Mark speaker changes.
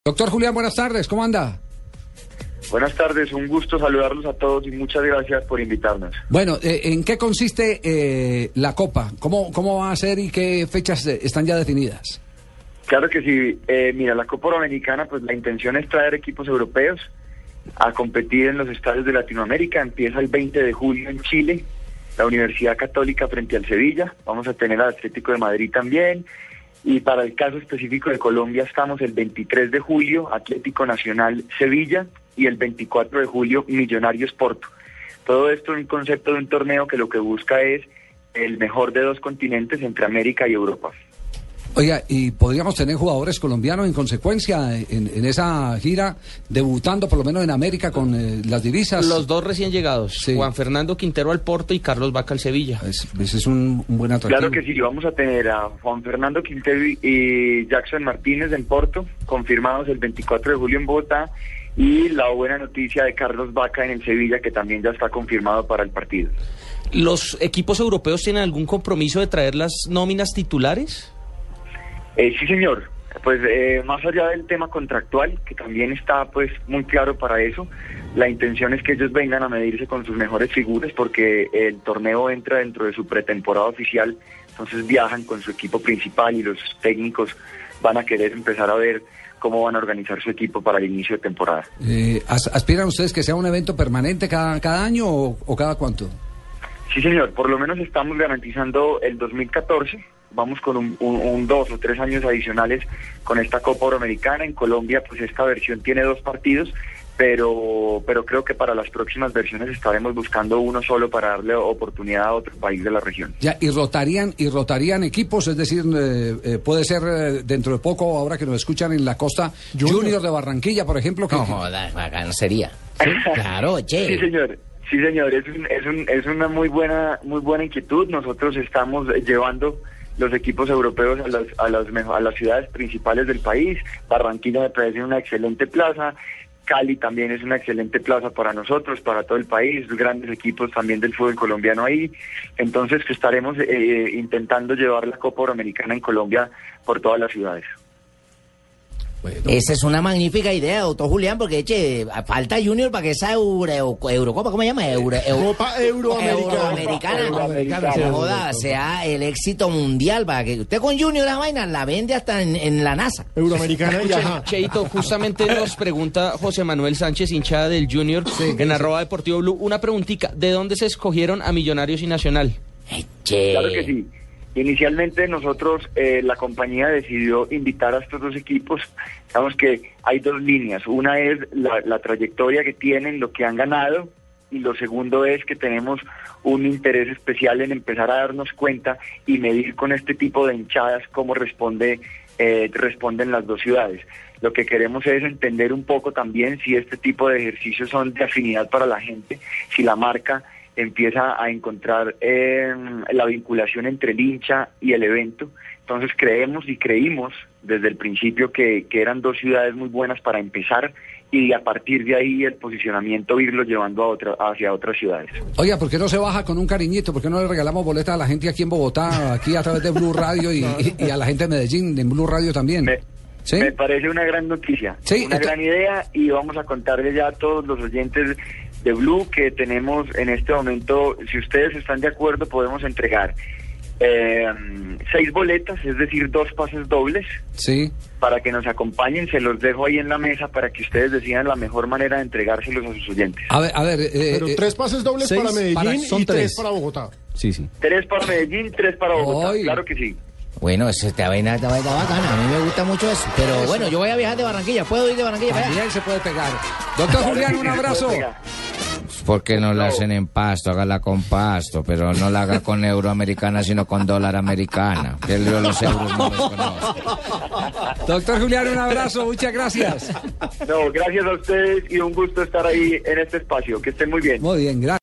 Speaker 1: Doctor Julián, buenas tardes, ¿cómo anda?
Speaker 2: Buenas tardes, un gusto saludarlos a todos y muchas gracias por invitarnos.
Speaker 1: Bueno, ¿en qué consiste la Copa? ¿Cómo va a ser y qué fechas están ya definidas?
Speaker 2: Claro que sí, mira, la Copa Oroamericana, pues la intención es traer equipos europeos a competir en los estadios de Latinoamérica. Empieza el 20 de julio en Chile, la Universidad Católica frente al Sevilla. Vamos a tener al Atlético de Madrid también. Y para el caso específico de Colombia estamos el 23 de julio, Atlético Nacional Sevilla, y el 24 de julio, Millonarios Porto. Todo esto en un concepto de un torneo que lo que busca es el mejor de dos continentes entre América y Europa.
Speaker 1: Oiga, ¿y podríamos tener jugadores colombianos en consecuencia en esa gira, debutando por lo menos en América con las divisas?
Speaker 3: Los dos recién llegados, sí. Juan Fernando Quintero al Porto y Carlos Vaca al Sevilla.
Speaker 1: Ese es un buen atractivo.
Speaker 2: Claro que sí, vamos a tener a Juan Fernando Quintero y Jackson Martínez en Porto, confirmados el 24 de julio en Bogotá, y la buena noticia de Carlos Vaca en el Sevilla, que también ya está confirmado para el partido.
Speaker 3: ¿Los equipos europeos tienen algún compromiso de traer las nóminas titulares?
Speaker 2: Sí, señor. Pues más allá del tema contractual, que también está pues muy claro para eso, la intención es que ellos vengan a medirse con sus mejores figuras, porque el torneo entra dentro de su pretemporada oficial, entonces viajan con su equipo principal y los técnicos van a querer empezar a ver cómo van a organizar su equipo para el inicio de temporada.
Speaker 1: ¿Aspiran ustedes que sea un evento permanente cada año o cada cuánto?
Speaker 2: Sí, señor. Por lo menos estamos garantizando el 2014. Vamos con un 2 o 3 años adicionales con esta Copa Oroamericana. En Colombia, pues esta versión tiene 2 partidos, pero creo que para las próximas versiones estaremos buscando uno solo para darle oportunidad a otro país de la región.
Speaker 1: Ya, y rotarían equipos, es decir, puede ser dentro de poco, ahora que nos escuchan en la costa, Junior de Barranquilla, por ejemplo.
Speaker 4: No jodas, bacano sería. ¿Sí? Claro, che.
Speaker 2: Sí, señor. Sí, señor. Es una muy buena inquietud. Nosotros estamos llevando los equipos europeos a las ciudades principales del país. Barranquilla me parece una excelente plaza. Cali también es una excelente plaza para nosotros, para todo el país, grandes equipos también del fútbol colombiano ahí. Entonces estaremos intentando llevar la Copa Oroamericana en Colombia por todas las ciudades.
Speaker 4: Bueno. Esa es una magnífica idea, doctor Julián, porque falta Junior para que esa Eurocopa, ¿cómo se llama?
Speaker 5: Copa
Speaker 4: Euroamericana. Joda, sea el éxito mundial, para que usted con Junior la vaina la vende hasta en la NASA.
Speaker 5: Euroamericana y ajá.
Speaker 3: Cheito, justamente nos pregunta José Manuel Sánchez, hinchada del Junior, en @deportivo_blue, una preguntita, ¿de dónde se escogieron a Millonarios y Nacional?
Speaker 2: Claro que sí. Inicialmente nosotros, la compañía decidió invitar a estos dos equipos. Sabemos que hay 2 líneas. Una es la trayectoria que tienen, lo que han ganado, y lo segundo es que tenemos un interés especial en empezar a darnos cuenta y medir con este tipo de hinchadas cómo responden las dos ciudades. Lo que queremos es entender un poco también si este tipo de ejercicios son de afinidad para la gente, si la marca empieza a encontrar la vinculación entre el hincha y el evento. Entonces creímos desde el principio que eran 2 ciudades muy buenas para empezar, y a partir de ahí el posicionamiento irlo llevando hacia otras ciudades.
Speaker 1: Oiga, ¿por qué no se baja con un cariñito? ¿Por qué no le regalamos boletas a la gente aquí en Bogotá, aquí a través de Blue Radio y a la gente de Medellín, en Blue Radio también? ¿Sí?
Speaker 2: Me parece una gran noticia, gran idea, y vamos a contarle ya a todos los oyentes de Blue que tenemos en este momento, si ustedes están de acuerdo, podemos entregar 6 boletas, es decir, 2 pases dobles,
Speaker 1: sí,
Speaker 2: para que nos acompañen. Se los dejo ahí en la mesa para que ustedes decidan la mejor manera de entregárselos a sus oyentes.
Speaker 5: A ver, pero 3 pases dobles para Medellín y 3 para Bogotá.
Speaker 1: Sí.
Speaker 2: 3 para Medellín, 3 para Bogotá.
Speaker 1: Oy.
Speaker 2: Claro que sí.
Speaker 4: Bueno, esta vaina bacana, a mí me gusta mucho eso. Pero bueno, yo voy a viajar de Barranquilla, ¿puedo ir de Barranquilla para allá?
Speaker 1: También se puede pegar. Doctor Julián, un abrazo.
Speaker 4: Porque no la hacen en pasto, hágala con pasto, pero no la haga con euroamericana, sino con dólar americana. Que yo los euros no los conozco.
Speaker 1: Doctor Julián, un abrazo, muchas gracias.
Speaker 2: No, gracias a ustedes y un gusto estar ahí en este espacio. Que estén muy bien.
Speaker 1: Muy bien, gracias.